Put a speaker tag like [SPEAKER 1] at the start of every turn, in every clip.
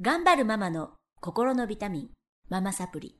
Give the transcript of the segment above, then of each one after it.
[SPEAKER 1] 頑張るママの心のビタミン、ママサプリ。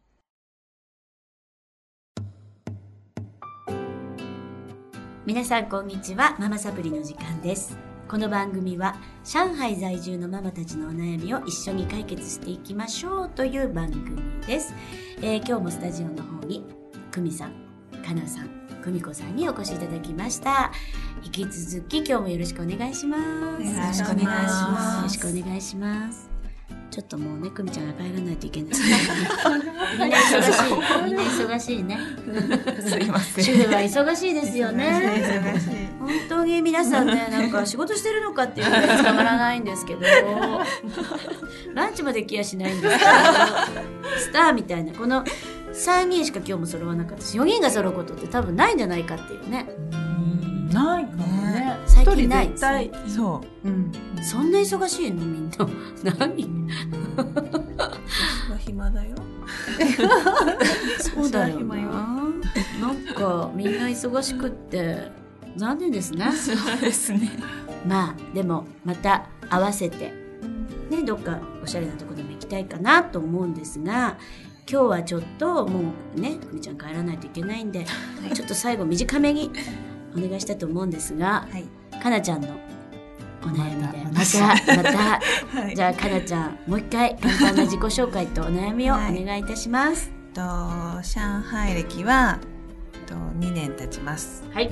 [SPEAKER 1] 皆さんこんにちは。ママサプリの時間です。この番組は上海在住のママたちのお悩みを一緒に解決していきましょうという番組です。今日もスタジオの方に久美さん、かなさん、久美子さんにお越しいただきました。引き続き今日もよろしくお願いします。
[SPEAKER 2] よろしくお願いします。
[SPEAKER 1] よろしくお願いします。ちょっともうね、久美ちゃんが帰らないといけない。みんな忙しいね。
[SPEAKER 2] すいません。
[SPEAKER 1] 主婦は忙しいですよね。
[SPEAKER 2] 忙しい。
[SPEAKER 1] 本当に皆さんね、なんか仕事してるのかっていうぐらい捕まらないんですけど、ランチまで来やしないんですけど、スターみたいなこの3人しか今日も揃わなかったし、4人が揃うことって多分ないんじゃないかっていうね。
[SPEAKER 3] ないかもね。
[SPEAKER 1] 最近ない。
[SPEAKER 2] 絶対そう。
[SPEAKER 1] そんな忙しいのみんな。何？
[SPEAKER 2] 私は暇だよ。
[SPEAKER 1] そうだよな。なんかみんな忙しくって残念ですね。
[SPEAKER 2] そうですね。
[SPEAKER 1] まあでもまた合わせてね、どっかおしゃれなところでも行きたいかなと思うんですが、今日はちょっともうね、久美ちゃん帰らないといけないんで、ちょっと最後短めにお願いしたと思うんですが、
[SPEAKER 2] はい、
[SPEAKER 1] かなちゃんのお悩みでまた、
[SPEAKER 2] はい、
[SPEAKER 1] じゃあかなちゃんもう一回簡単な自己紹介とお悩みをお願いいたします。
[SPEAKER 2] 上海歴は2年経ちます。
[SPEAKER 1] はい。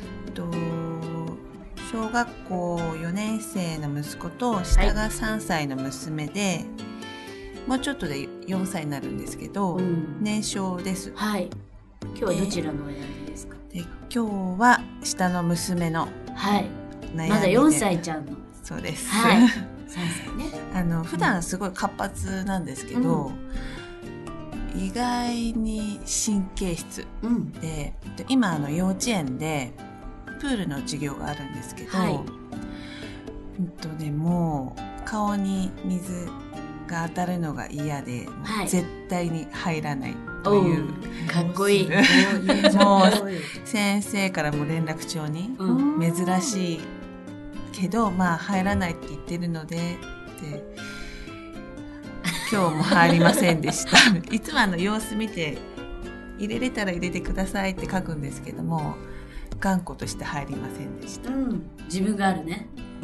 [SPEAKER 2] 小学校4年生の息子と下が3歳の娘で、もうちょっとで4歳になるんですけど、年少です。
[SPEAKER 1] はい。今日はどちらのお悩みですか？
[SPEAKER 2] で今日は下の娘の悩みで、
[SPEAKER 1] まだ4歳ちゃんの。
[SPEAKER 2] そうです。
[SPEAKER 1] はい。3歳ね。
[SPEAKER 2] 普段すごい活発なんですけど、意外に神経質で、今幼稚園でプールの授業があるんですけど、もう顔に水が当たるのが嫌で、絶対に入らないという、
[SPEAKER 1] かっこいい。
[SPEAKER 2] もう先生からも連絡帳に、珍しいけど入らないって言ってるので、今日も入りませんでした。いつも様子見て入れれたら入れてくださいって書くんですけども、頑固として入りませんでした。
[SPEAKER 1] 自分があるね。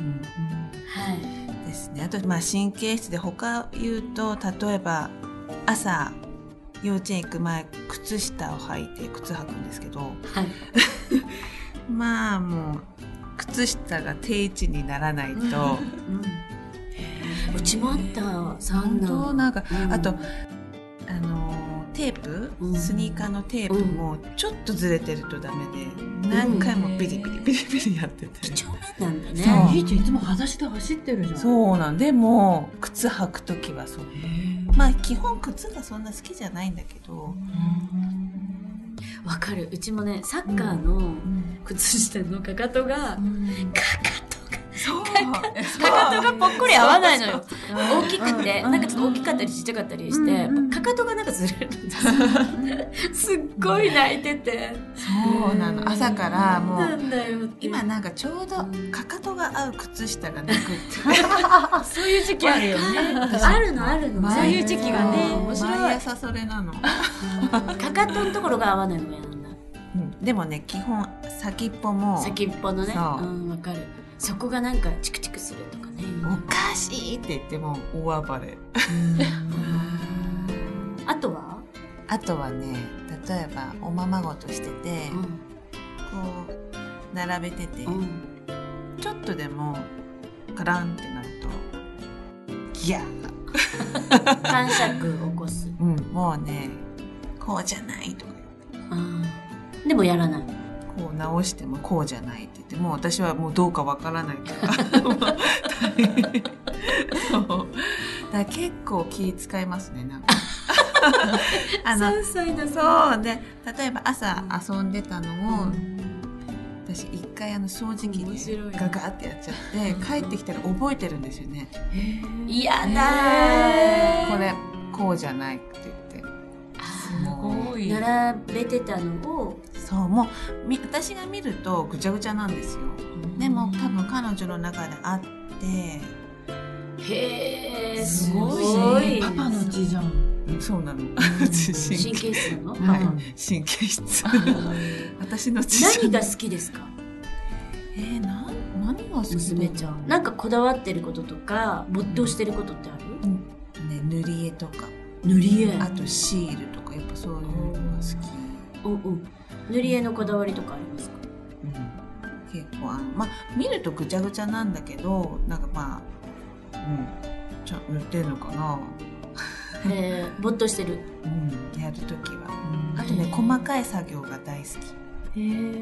[SPEAKER 2] ですね。あと神経質で他言うと、例えば朝幼稚園行く前靴下を履いて靴履くんですけど、もう靴下が定位置にならないと、
[SPEAKER 1] うちもあった。
[SPEAKER 2] あとテープ、スニーカーのテープもちょっとずれてるとダメで、何回もビリビリやってて。
[SPEAKER 1] 几帳面なんだね。
[SPEAKER 3] いいちゃんいつも裸足で走ってるじゃん。
[SPEAKER 2] そうなんで、も靴履くときはそう。基本靴がそんな好きじゃないんだけど。
[SPEAKER 1] わかる。うちもね、サッカーの靴下のかかとが、かかとがぽっこり合わないのよ。大きくて、なんかちょっと大きかったりちっちゃかったりして、かかとがなんかずれるんです。すっごい泣いてて。
[SPEAKER 2] そうなの。朝からもう、今なんかちょうどかかとが合う靴下がなくって。
[SPEAKER 1] そういう時期あるよね。あるの。そういう時期がね。面白い。
[SPEAKER 2] 毎朝それなの。
[SPEAKER 1] かかとのところが合わないのが嫌なんだ。
[SPEAKER 2] でもね、基本先っぽも。
[SPEAKER 1] 先っぽのね。わかる。そこがなんかチクチクするとかね。
[SPEAKER 2] おかしいって言っても大暴れ。
[SPEAKER 1] あとは
[SPEAKER 2] ね、例えばおままごとしてて、こう並べてて、ちょっとでもカランってなるとギャー
[SPEAKER 1] 感触を起こす。
[SPEAKER 2] もうね、こうじゃないとか
[SPEAKER 1] でもやらない。
[SPEAKER 2] こう直してもこうじゃないって言って、もう私はもうどうかわからないからそうだ、結構気使いますね。なんか
[SPEAKER 1] 3歳だ。
[SPEAKER 2] そうで、例えば朝遊んでたのを、私一回掃除機でガガってやっちゃって、帰ってきたら覚えてるんですよね。
[SPEAKER 1] 嫌だ。
[SPEAKER 2] これこうじゃないって言って、
[SPEAKER 3] すごい
[SPEAKER 1] 並べてたのを、
[SPEAKER 2] そう、もう私が見るとぐちゃぐちゃなんですよ。でも多分彼女の中であって、
[SPEAKER 1] へー、す
[SPEAKER 2] すご
[SPEAKER 1] ごい。
[SPEAKER 3] パパの血じゃん。
[SPEAKER 2] そうなの。
[SPEAKER 1] 神経質なの？
[SPEAKER 2] はい、神経質。私の父
[SPEAKER 1] 何が好きですか？
[SPEAKER 2] 何が好き？
[SPEAKER 1] 娘ちゃん。なんかこだわってることとか、没頭してることってある？
[SPEAKER 2] ね、塗り絵とか、
[SPEAKER 1] 塗り絵。
[SPEAKER 2] あとシールとか、やっぱそういうのが好き。
[SPEAKER 1] 塗り絵のこだわりとかありますか？
[SPEAKER 2] 結構まあ見るとぐちゃぐちゃなんだけど、なんかまあ、ちゃん塗ってんのかな。
[SPEAKER 1] 没頭してる。
[SPEAKER 2] やるときは。あとね、細かい作業が大好き。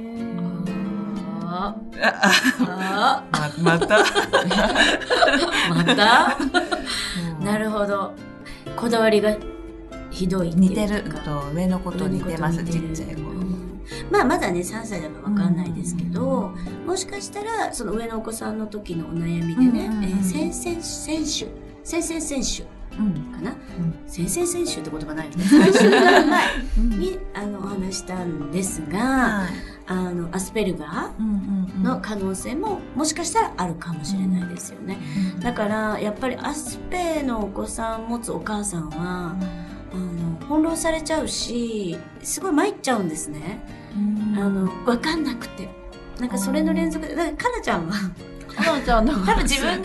[SPEAKER 2] また
[SPEAKER 1] またなるほど。こだわりがひどいっていうか。
[SPEAKER 2] 似てると上の子と似てます。ちっちゃい子。
[SPEAKER 1] まあまだね3歳だから分かんないですけど、もしかしたらその上のお子さんの時のお悩みでね、先々選手かな、先々選手って言葉ないよね。3週間前にお話したんですが、アスペルガーの可能性ももしかしたらあるかもしれないですよね。だからやっぱりアスペのお子さん持つお母さんは翻弄されちゃうし、すごい参っちゃうんですね。分かんなくて、なんかそれの連続で、だからかなちゃんは多分自分が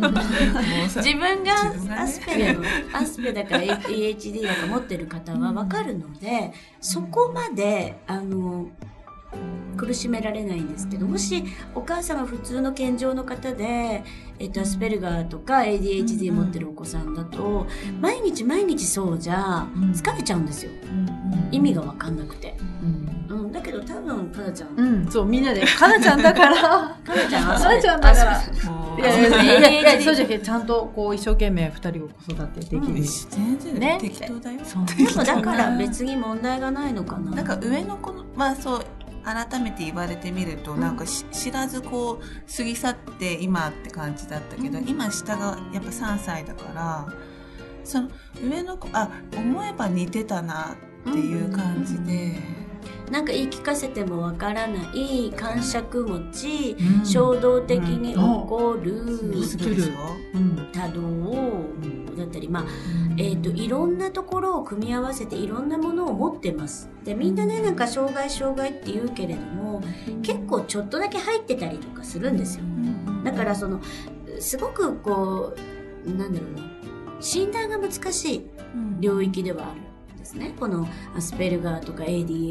[SPEAKER 1] アスペだから ADHD だから持ってる方は分かるので、そこまで苦しめられないんですけど、もしお母さんが普通の健常の方で、アスペルガーとか ADHD 持ってるお子さんだと、毎日そうじゃ疲れちゃうんですよ。意味が分かんなくて。だけど多分かなちゃん、
[SPEAKER 3] そうみんなでかなちゃんだからかなちゃんだからいやそうじゃけちゃんとこう一生懸命2人を子育てできる。
[SPEAKER 2] 全然ね、適当だよ。
[SPEAKER 1] でもだから別に問題がないのかな。
[SPEAKER 2] なんか上の子のそう改めて言われてみると、なんか知らずこう過ぎ去って今って感じだったけど、今下がやっぱ3歳だから、その上の子思えば似てたなっていう感じで、
[SPEAKER 1] なんか言い聞かせてもわからない感触持ち、衝動的に起こる多動だったり、いろんなところを組み合わせていろんなものを持ってます。でみんなね、なんか障害って言うけれども、結構ちょっとだけ入ってたりとかするんですよ。だからすごくこうなんだろうな、診断が難しい領域ではある。このアスペルガーとか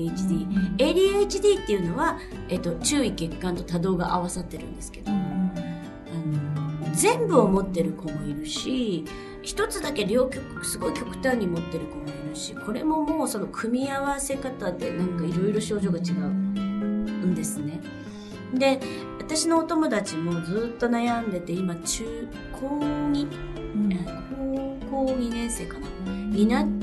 [SPEAKER 1] ADHD、ADHD っていうのは、注意欠陥と多動が合わさってるんですけど、全部を持ってる子もいるし、一つだけ両極すごい極端に持ってる子もいるし、これももうその組み合わせ方でなんかいろいろ症状が違うんですね。で、私のお友達もずっと悩んでて、今高校2年生かなになって、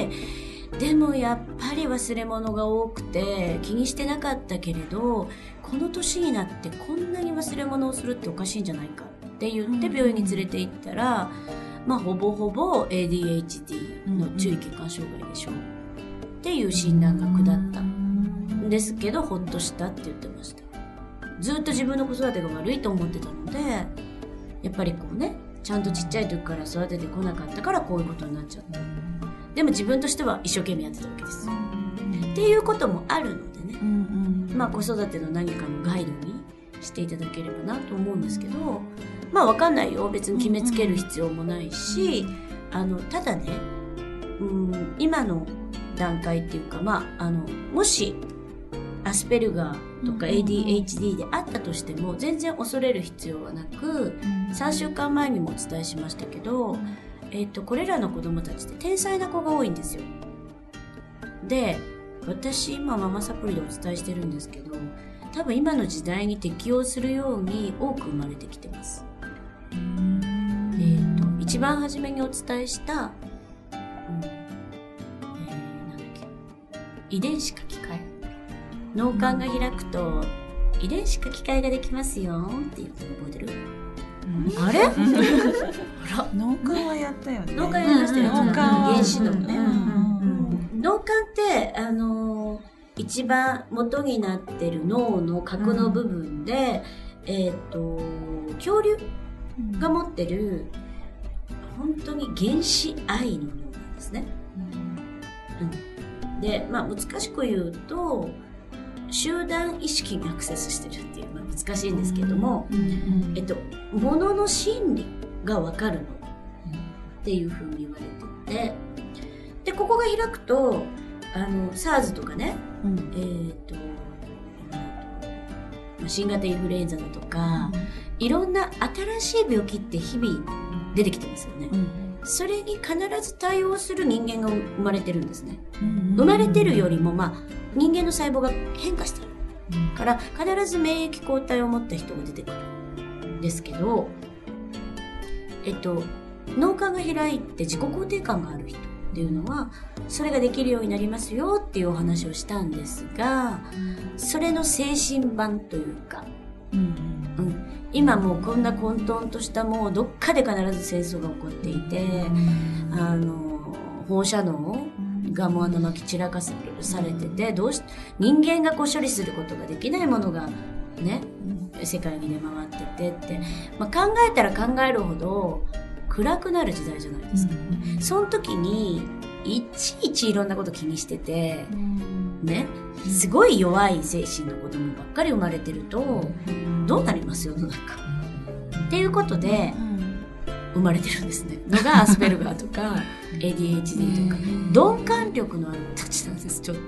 [SPEAKER 1] でもやっぱり忘れ物が多くて気にしてなかったけれど、この年になってこんなに忘れ物をするっておかしいんじゃないかって言って病院に連れて行ったら、ほぼほぼ ADHD の注意欠陥障害でしょっていう診断が下ったんですけど、ほっとしたって言ってました。ずっと自分の子育てが悪いと思ってたので、やっぱりこうね、ちゃんとちっちゃい時から育ててこなかったからこういうことになっちゃった。でも自分としては一生懸命やってたわけです。っていうこともあるのでね、子育ての何かのガイドにしていただければなと思うんですけど、わかんないよ。別に決めつける必要もないし、ただね、今の段階っていうか、もしアスペルガーとか ADHD であったとしても全然恐れる必要はなく、3週間前にもお伝えしましたけど、これらの子供たちって天才な子が多いんですよ。で、私今ママサプリでお伝えしてるんですけど、多分今の時代に適応するように多く生まれてきてます。一番初めにお伝えした、遺伝子書き換え、脳幹が開くと遺伝子書き換えができますよって言って覚えてる？あれ？
[SPEAKER 2] 脳幹はやったよね。
[SPEAKER 1] 脳幹やりましたよ。原子脳ね。脳幹って一番元になってる脳の核の部分で、恐竜が持ってる本当に原始愛のようなんですね。で、難しく言うと集団意識にアクセスしてるっていう、難しいんですけども、物の心理が分かるのっていうふうに言われてて、でここが開くとSARS とかね、新型インフルエンザだとか、いろんな新しい病気って日々出てきてますよね。それに必ず対応する人間が生まれてるんですね。生まれてるよりも、人間の細胞が変化してるから必ず免疫抗体を持った人が出てくるんですけど、脳幹が開いて自己肯定感がある人っていうのはそれができるようになりますよっていうお話をしたんですが、それの精神版というか、今もうこんな混沌としたもうどっかで必ず戦争が起こっていて、放射能がもうまき散らかされてて、人間がこう処理することができないものがね、世界に出回っててって、考えたら考えるほど暗くなる時代じゃないですか。その時にいちいちいろんなこと気にしてて、ね、すごい弱い精神の子供ばっかり生まれてるとどうなりますよ世の中っていうことで生まれてるんですねのがアスペルガーとか ADHD とか鈍感力のある子たちなんです。ちょっ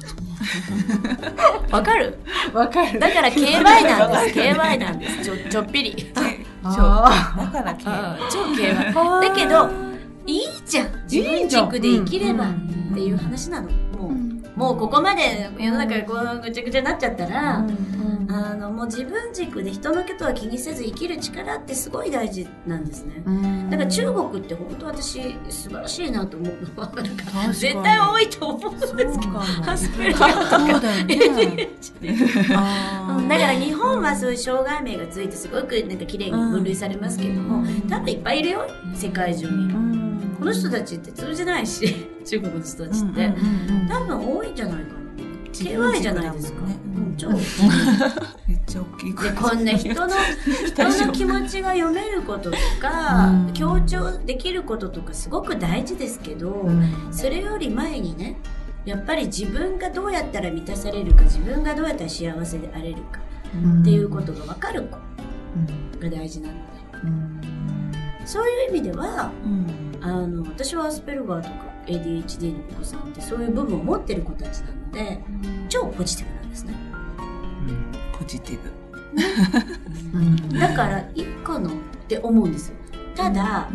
[SPEAKER 1] とわかるだから KY なんです。 KY なんです。ちょっぴりだ
[SPEAKER 2] から KY
[SPEAKER 1] 超 KY だけどいいじゃん、自分軸で生きればっていう話なの。もうここまで世の中がこうぐちゃぐちゃになっちゃったら、もう自分軸で人のことは気にせず生きる力ってすごい大事なんですね。だから中国って本当私素晴らしいなと思うのは、絶対多いと思うんですけど、アスペルガーとか ADHD だから日本はそういう障害名がついてすごく綺麗に分類されますけども、多分いっぱいいるよ世界中に。この人たちって通じないし、中国の人たちって多分多いんじゃないかな。KY じゃないですか。超めっ
[SPEAKER 2] ちゃ大きい
[SPEAKER 1] で、こんな人の気持ちが読めることとか、強調できることとかすごく大事ですけど、それより前にね、やっぱり自分がどうやったら満たされるか、自分がどうやったら幸せであれるかっていうことが分かる子が大事なので、そういう意味では私はアスペルガーとか ADHD のお子さんってそういう部分を持ってる子たちなので、超ポジティブなんですね。
[SPEAKER 2] ポジティ
[SPEAKER 1] ブだからいいかなって思うんですよ。ただ、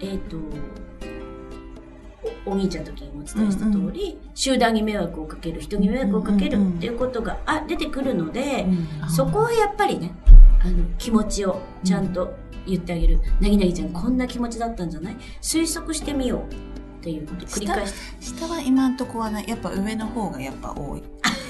[SPEAKER 1] お兄ちゃんの時にもお伝えした通り、集団に迷惑をかける、人に迷惑をかけるっていうことが出てくるので、そこはやっぱりね、気持ちをちゃんと言ってあげる。なぎなぎちゃんこんな気持ちだったんじゃない？推測してみようっていうことを繰り返して。
[SPEAKER 2] 下は今んとこはね、やっぱ上の方がやっぱ多い。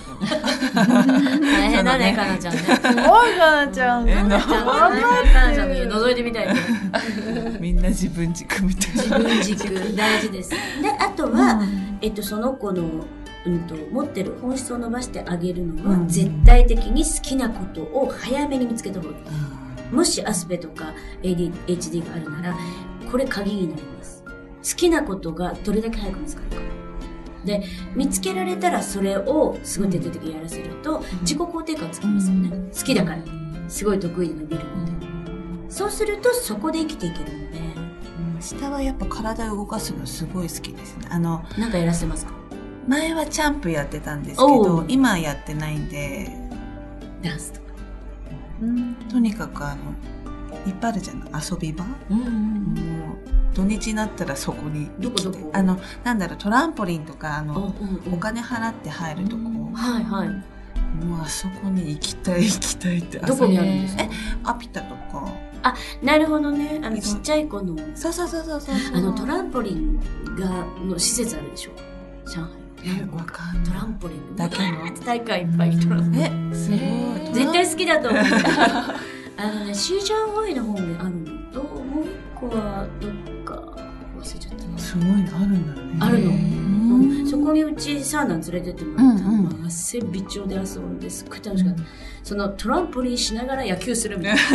[SPEAKER 1] 大変だね、かなちゃんね。
[SPEAKER 3] すごいかなちゃん。
[SPEAKER 1] かなちゃんに覗いてみたいね。
[SPEAKER 2] みんな自分軸みたい
[SPEAKER 1] な。自分軸大事です。で、あとは、その子の持ってる本質を伸ばしてあげるのは、絶対的に好きなことを早めに見つけた方がいい。もしアスペとか ADHD があるなら、これ鍵になります。好きなことがどれだけ早く見つかるか。で、見つけられたらそれをすごい徹底的にやらせると、自己肯定感つきますよね。好きだから。すごい得意で伸びるので。そうするとそこで生きていけるので。
[SPEAKER 2] 下はやっぱ体を動かすのすごい好きですね。なん
[SPEAKER 1] かやらせてますか？
[SPEAKER 2] 前はチャンプやってたんですけど、今やってないんで。
[SPEAKER 1] ダンスとか。
[SPEAKER 2] とにかくいっぱいあるじゃない、遊び場、もう土日になったらそこに
[SPEAKER 1] どこ
[SPEAKER 2] なんだろう、トランポリンとかお金払って入るとこ、
[SPEAKER 1] はいはい、
[SPEAKER 2] もうあそこに行きたいって
[SPEAKER 1] どこにあるんですか？
[SPEAKER 2] アピタとか。
[SPEAKER 1] なるほどね。ちっちゃい子の
[SPEAKER 2] そう
[SPEAKER 1] トランポリンの施設あるでしょ、上海。
[SPEAKER 2] わかんない。
[SPEAKER 1] トランポリンだけの大会いっぱいトランポリン。
[SPEAKER 2] すごい。
[SPEAKER 1] 絶対好きだと思う。シージャンホイの方にあるのと、もう一個はどっか忘れちゃったな。
[SPEAKER 2] すごいのあるんだね。
[SPEAKER 1] あるの。 そこにうちサウナ連れてってもらったら、汗びちょで遊んですっごい楽しかった。そのトランポリンしながら野球するみたいな。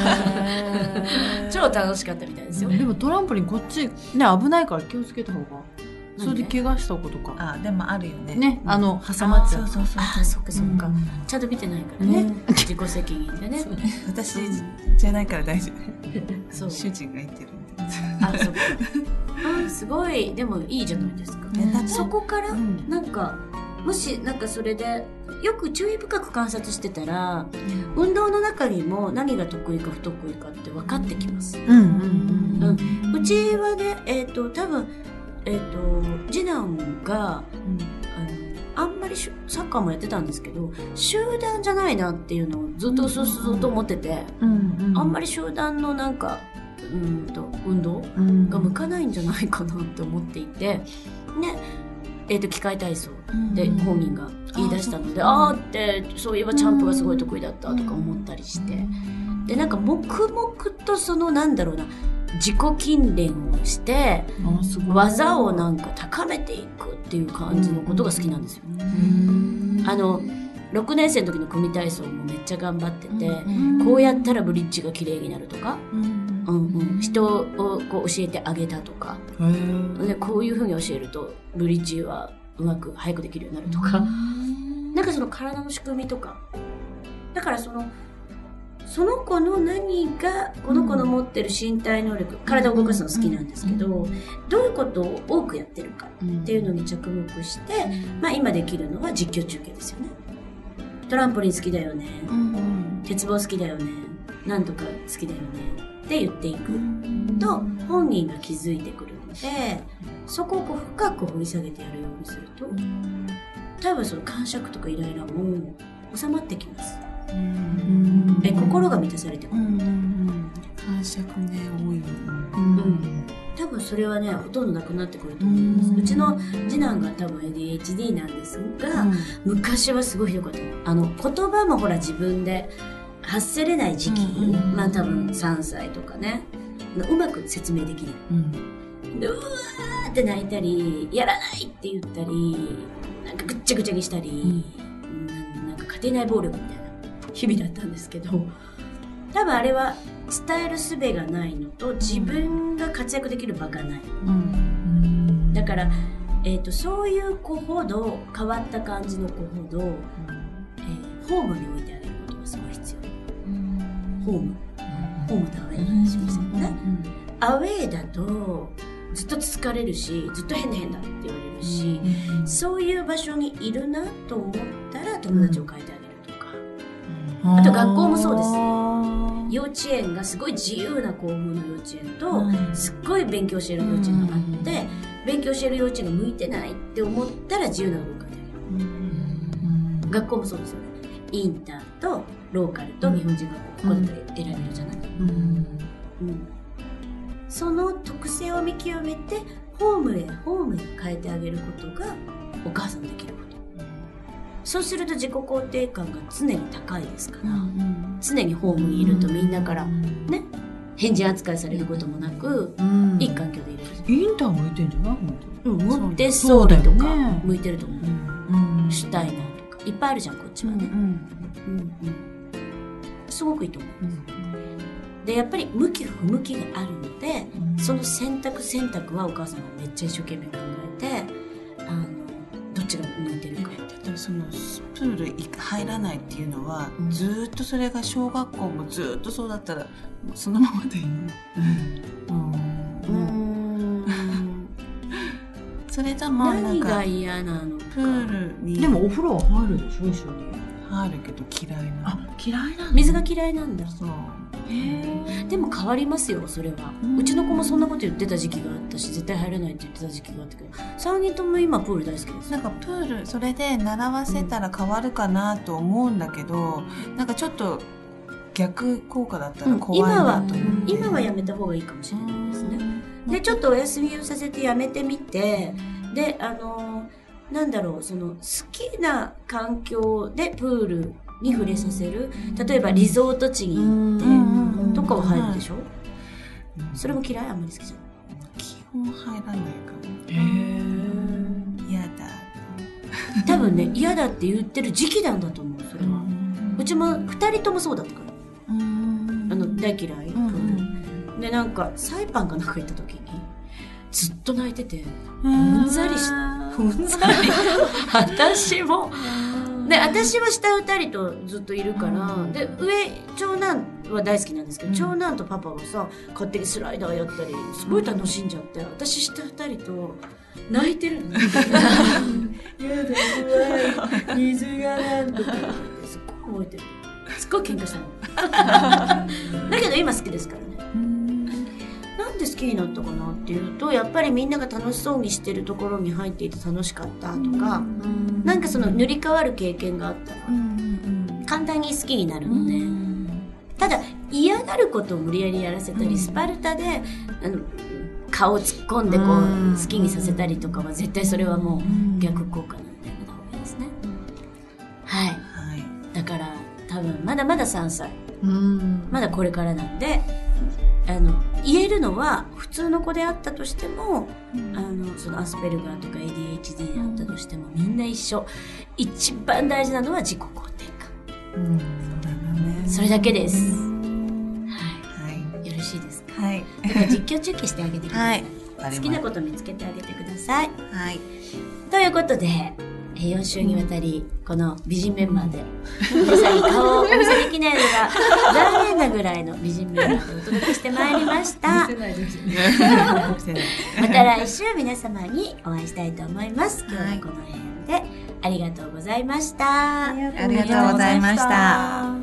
[SPEAKER 1] 超楽しかったみたいですよ。
[SPEAKER 3] でもトランポリンこっちね危ないから気をつけた方が。それで怪我したことか。
[SPEAKER 2] でもあるよね。
[SPEAKER 3] ね、挟まっちゃう。
[SPEAKER 1] そっかそっか。ちゃんと見てないからね。自己責任でね。
[SPEAKER 2] 私じゃないから大丈夫。主人が言ってるんで。
[SPEAKER 1] そっか。すごい、でもいいじゃないですか。そこからなんかもしなんかそれでよく注意深く観察してたら、運動の中にも何が得意か不得意かって分かってきます。うちはね、多分次男が、あんまりサッカーもやってたんですけど、集団じゃないなっていうのをずっとずっと思ってて、あんまり集団のなんか運動が向かないんじゃないかなって思っていて、ね、器械体操で本人が言い出したので、ってそういえばチャンプがすごい得意だったとか思ったりして、でなんか黙々とそのなんだろうな、自己訓練をして技をなんか高めていくっていう感じのことが好きなんですよ。6年生の時の組体操もめっちゃ頑張ってて、こうやったらブリッジが綺麗になるとか、人をこう教えてあげたとか、でこういう風に教えるとブリッジはうまく早くできるようになるとか、なんかその体の仕組みとか、だからその子の何がこの子の持ってる身体能力、体を動かすの好きなんですけど、どういうことを多くやってるかっていうのに着目して、今できるのは実況中継ですよね。トランポリン好きだよね、鉄棒好きだよね、なんとか好きだよねって言っていくと本人が気づいてくるので、そこをこう深く掘り下げてやるようにすると、多分その感触とかイライラも収まってきます。心が満たされてくる。
[SPEAKER 2] 感触ね、多いよね。
[SPEAKER 1] 多分それはね、ほとんどなくなってくると思います。うちの次男が多分 ADHD なんですが、昔はすごいひどかった。言葉もほら自分で発せれない時期、多分3歳とかね、うまく説明できない。でうわーって泣いたり、やらないって言ったり、なんかぐっちゃぐちゃにしたり、なんか家庭内暴力みたいな日々だったんですけど、多分あれは伝える術がないのと、自分が活躍できる場がない、だから、そういう子ほど、変わった感じの子ほど、ホームに置いてあげることがすごい必要。ホームとアウェーしませんね。アウェーだとずっとつつかれるし、ずっと変だって言われるし、そういう場所にいるなと思ったら友達を変えてあげるとか、あと学校もそうです。幼稚園がすごい自由な校風の幼稚園と、すっごい勉強してる幼稚園があって、勉強してる幼稚園が向いてないって思ったら自由な学校を変えてあげる。学校もそうですよね。インターとローカルと日本人学校、ここだったら選べるじゃない。その特性を見極めてホームへ変えてあげることがお母さんのできること。そうすると自己肯定感が常に高いですから、常にホームにいるとみんなからね、変人扱いされることもなく、いい環境でいる。
[SPEAKER 3] インター向いてんじゃない？
[SPEAKER 1] モンテッソーリとか向いてると思う。シュタイナーとかいっぱいあるじゃん、こっちはね。すごくいいと思います。でやっぱり向き不向きがあるので、その選択はお母さんがめっちゃ一生懸命考えて、どっちが向いてるか。
[SPEAKER 2] 例えばそのプール入らないっていうのは、ずっとそれが小学校もずっとそうだったらそのままでいいの。それともなんか
[SPEAKER 1] 何が嫌なのか。
[SPEAKER 2] プールに
[SPEAKER 3] でもお風呂は入るでしょ、一緒に。
[SPEAKER 2] 入るけど嫌いなの。
[SPEAKER 3] 嫌いなの？
[SPEAKER 1] 水が嫌いなんだ。
[SPEAKER 2] そう。
[SPEAKER 1] でも変わりますよ、それは。うちの子もそんなこと言ってた時期があったし、絶対入らないって言ってた時期があったけど、3人とも今プール大好きです。
[SPEAKER 2] なんかプールそれで習わせたら変わるかなと思うんだけど、なんかちょっと逆効果だったら怖いなと思って、
[SPEAKER 1] 今はやめた方がいいかもしれないですね。でちょっとお休みをさせてやめてみて、でなんだろう、その好きな環境でプールに触れさせる、例えばリゾート地に行ってとかは入るでしょ。それも嫌い？あんまり好きじゃない。
[SPEAKER 2] 基本入らないかも。嫌だ。
[SPEAKER 1] 分ね嫌だって言ってる時期なんだと思う。それはうちも2人ともそうだったから、大嫌い、でなんかサイパンかなんか行った時にずっと泣いててうんざり私もで、私は下2人とずっといるから、で上長男は大好きなんですけど、長男とパパがさ勝手にスライダーやったりすごい楽しんじゃって、私下2人と泣いてるのやだ怖い水がなんとかってすっごい覚えてる。すっごい喧嘩したのだけど今好きですからね。なんで好きになったかなっていうと、やっぱりみんなが楽しそうにしてるところに入っていて楽しかったとか、なんかその塗り替わる経験があったら簡単に好きになるので、ただ嫌がることを無理やりやらせたり、スパルタで顔を突っ込んでこう好きにさせたりとかは絶対それはもう逆効果なのでやめた方がいいですね。はい、だから多分まだまだ3歳、まだこれからなんで、言えるのは普通の子であったとしても、そのアスペルガーとか ADHD であったとしてもみんな一緒。一番大事なのは自己肯定感、それだけです。よろしいですか？だから実況中継してあげてください。好きなこと見つけてあげてください。ということで4週にわたりこの美人メンバーで皆さんに顔をお見せできないのが残念なぐらいの美人メンバーでお届けしてまいりましたまた来週皆様にお会いしたいと思います。今日はこの辺でありがとうございました。
[SPEAKER 2] ありがとうございました。